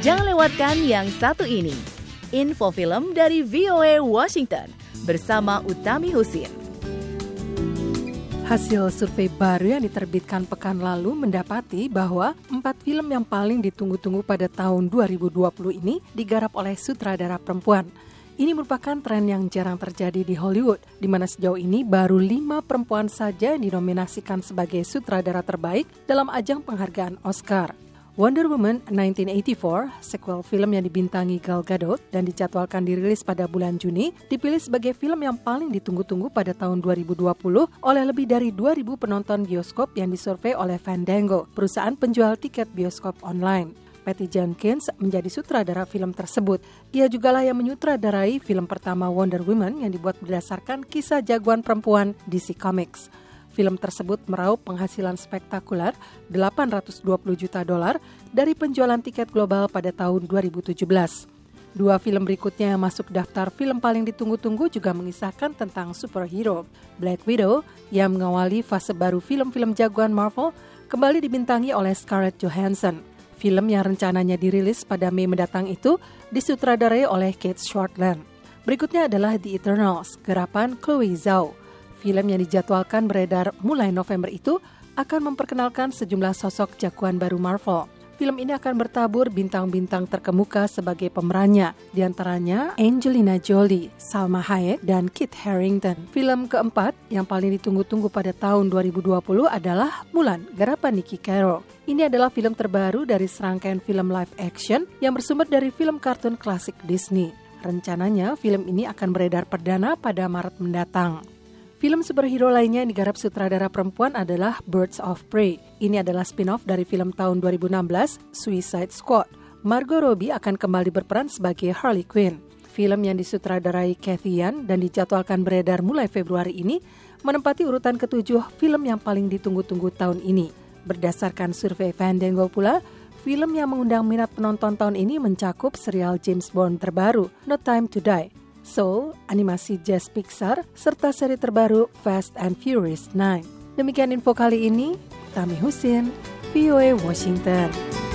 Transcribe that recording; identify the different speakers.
Speaker 1: Jangan lewatkan yang satu ini. Info film dari VOA Washington bersama Utami Husin.
Speaker 2: Hasil survei baru yang diterbitkan pekan lalu mendapati bahwa 4 film yang paling ditunggu-tunggu pada tahun 2020 ini digarap oleh sutradara perempuan. Ini merupakan tren yang jarang terjadi di Hollywood, di mana sejauh ini baru 5 perempuan saja dinominasikan sebagai sutradara terbaik dalam ajang penghargaan Oscar. Wonder Woman 1984, sequel film yang dibintangi Gal Gadot dan dijadwalkan dirilis pada bulan Juni, dipilih sebagai film yang paling ditunggu-tunggu pada tahun 2020 oleh lebih dari 2.000 penonton bioskop yang disurvei oleh Fandango, perusahaan penjual tiket bioskop online. Patty Jenkins menjadi sutradara film tersebut. Ia jugalah yang menyutradarai film pertama Wonder Woman yang dibuat berdasarkan kisah jagoan perempuan DC Comics. Film tersebut meraup penghasilan spektakuler $820 juta dari penjualan tiket global pada tahun 2017. 2 film berikutnya yang masuk daftar film paling ditunggu-tunggu juga mengisahkan tentang superhero. Black Widow yang mengawali fase baru film-film jagoan Marvel kembali dibintangi oleh Scarlett Johansson. Film yang rencananya dirilis pada Mei mendatang itu disutradarai oleh Kate Shortland. Berikutnya adalah The Eternals, garapan Chloe Zhao. Film yang dijadwalkan beredar mulai November itu akan memperkenalkan sejumlah sosok jagoan baru Marvel. Film ini akan bertabur bintang-bintang terkemuka sebagai pemerannya, di antaranya Angelina Jolie, Salma Hayek, dan Kit Harington. Film keempat yang paling ditunggu-tunggu pada tahun 2020 adalah Mulan, garapan Niki Caro. Ini adalah film terbaru dari serangkaian film live action yang bersumber dari film kartun klasik Disney. Rencananya film ini akan beredar perdana pada Maret mendatang. Film superhero lainnya yang digarap sutradara perempuan adalah Birds of Prey. Ini adalah spin-off dari film tahun 2016, Suicide Squad. Margot Robbie akan kembali berperan sebagai Harley Quinn. Film yang disutradarai Cathy Yan dan dijadwalkan beredar mulai Februari ini menempati urutan ke-7 film yang paling ditunggu-tunggu tahun ini. Berdasarkan survei Fandango pula, film yang mengundang minat penonton tahun ini mencakup serial James Bond terbaru, No Time to Die, Soul, animasi Jazz Pixar, serta seri terbaru Fast and Furious 9. Demikian info kali ini, Utami Husin, VOA Washington.